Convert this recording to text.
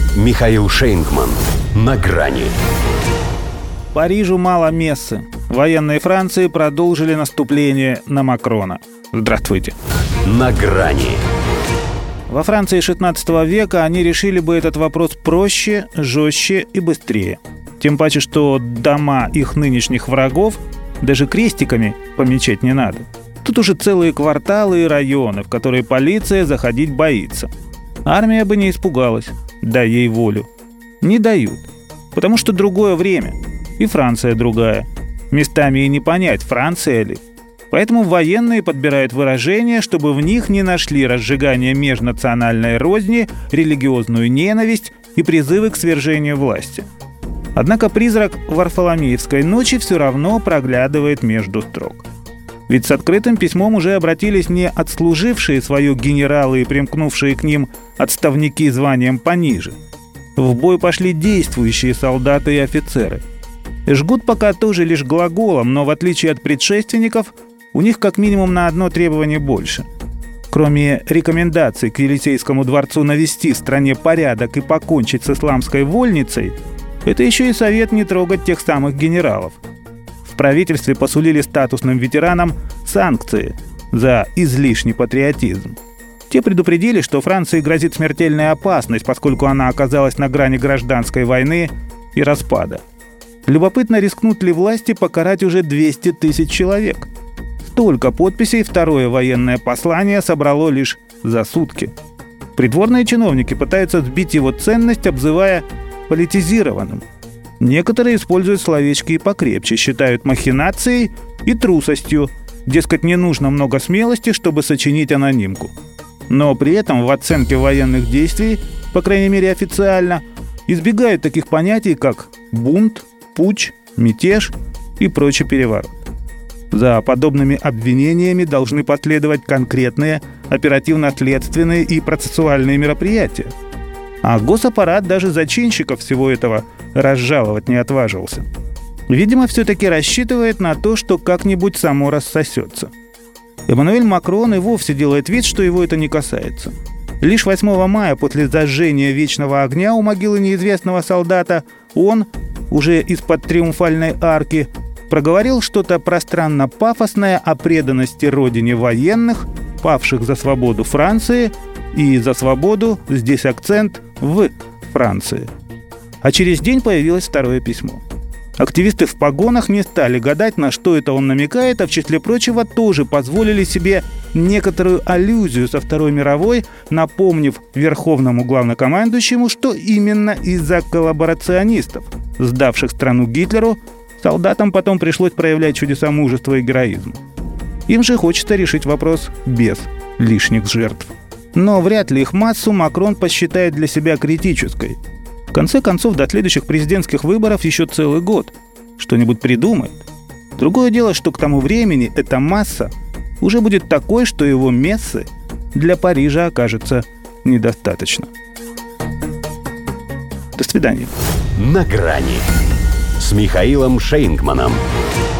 Михаил Шейнгман. На грани. Парижу мало мессы. Военные Франции продолжили наступление на Макрона. Здравствуйте. На грани. Во Франции 16 века они решили бы этот вопрос проще, жестче и быстрее. Тем паче, что дома их нынешних врагов даже крестиками помечать не надо. Тут уже целые кварталы и районы, в которые полиция заходить боится. Армия бы не испугалась, дай ей волю. Не дают, потому что другое время, и Франция другая. Местами и не понять, Франция ли. Поэтому военные подбирают выражения, чтобы в них не нашли разжигание межнациональной розни, религиозную ненависть и призывы к свержению власти. Однако призрак Варфоломеевской ночи все равно проглядывает между строк. Ведь с открытым письмом уже обратились не отслужившие свое генералы и примкнувшие к ним отставники званием пониже. В бой пошли действующие солдаты и офицеры. Жгут пока тоже лишь глаголом, но в отличие от предшественников, у них как минимум на одно требование больше. Кроме рекомендаций к Елисейскому дворцу навести в стране порядок и покончить с исламской вольницей, это еще и совет не трогать тех самых генералов. В правительстве посулили статусным ветеранам санкции за излишний патриотизм. Те предупредили, что Франции грозит смертельная опасность, поскольку она оказалась на грани гражданской войны и распада. Любопытно, рискнут ли власти покарать уже 200 тысяч человек. Столько подписей второе военное послание собрало лишь за сутки. Придворные чиновники пытаются сбить его ценность, обзывая политизированным. Некоторые используют словечки и покрепче, считают махинацией и трусостью. Дескать, не нужно много смелости, чтобы сочинить анонимку. Но при этом в оценке военных действий, по крайней мере официально, избегают таких понятий, как бунт, путч, мятеж и прочий переворот. За подобными обвинениями должны последовать конкретные оперативно-следственные и процессуальные мероприятия. А госаппарат даже зачинщиков всего этого разжаловать не отважился. Видимо, все-таки рассчитывает на то, что как-нибудь само рассосется. Эммануэль Макрон и вовсе делает вид, что его это не касается. Лишь 8 мая, после зажжения вечного огня у могилы неизвестного солдата, он, уже из-под триумфальной арки, проговорил что-то пространно-пафосное о преданности родине военных, павших за свободу Франции, и за свободу, здесь акцент, в Франции. А через день появилось второе письмо. Активисты в погонах не стали гадать, на что это он намекает, а в числе прочего тоже позволили себе некоторую аллюзию со Второй мировой, напомнив верховному главнокомандующему, что именно из-за коллаборационистов, сдавших страну Гитлеру, солдатам потом пришлось проявлять чудеса мужества и героизма. Им же хочется решить вопрос без лишних жертв. Но вряд ли их массу Макрон посчитает для себя критической. В конце концов, до следующих президентских выборов еще целый год. Что-нибудь придумает. Другое дело, что к тому времени эта масса уже будет такой, что его мессы для Парижа окажется недостаточно. До свидания. На грани с Михаилом Шейнгманом.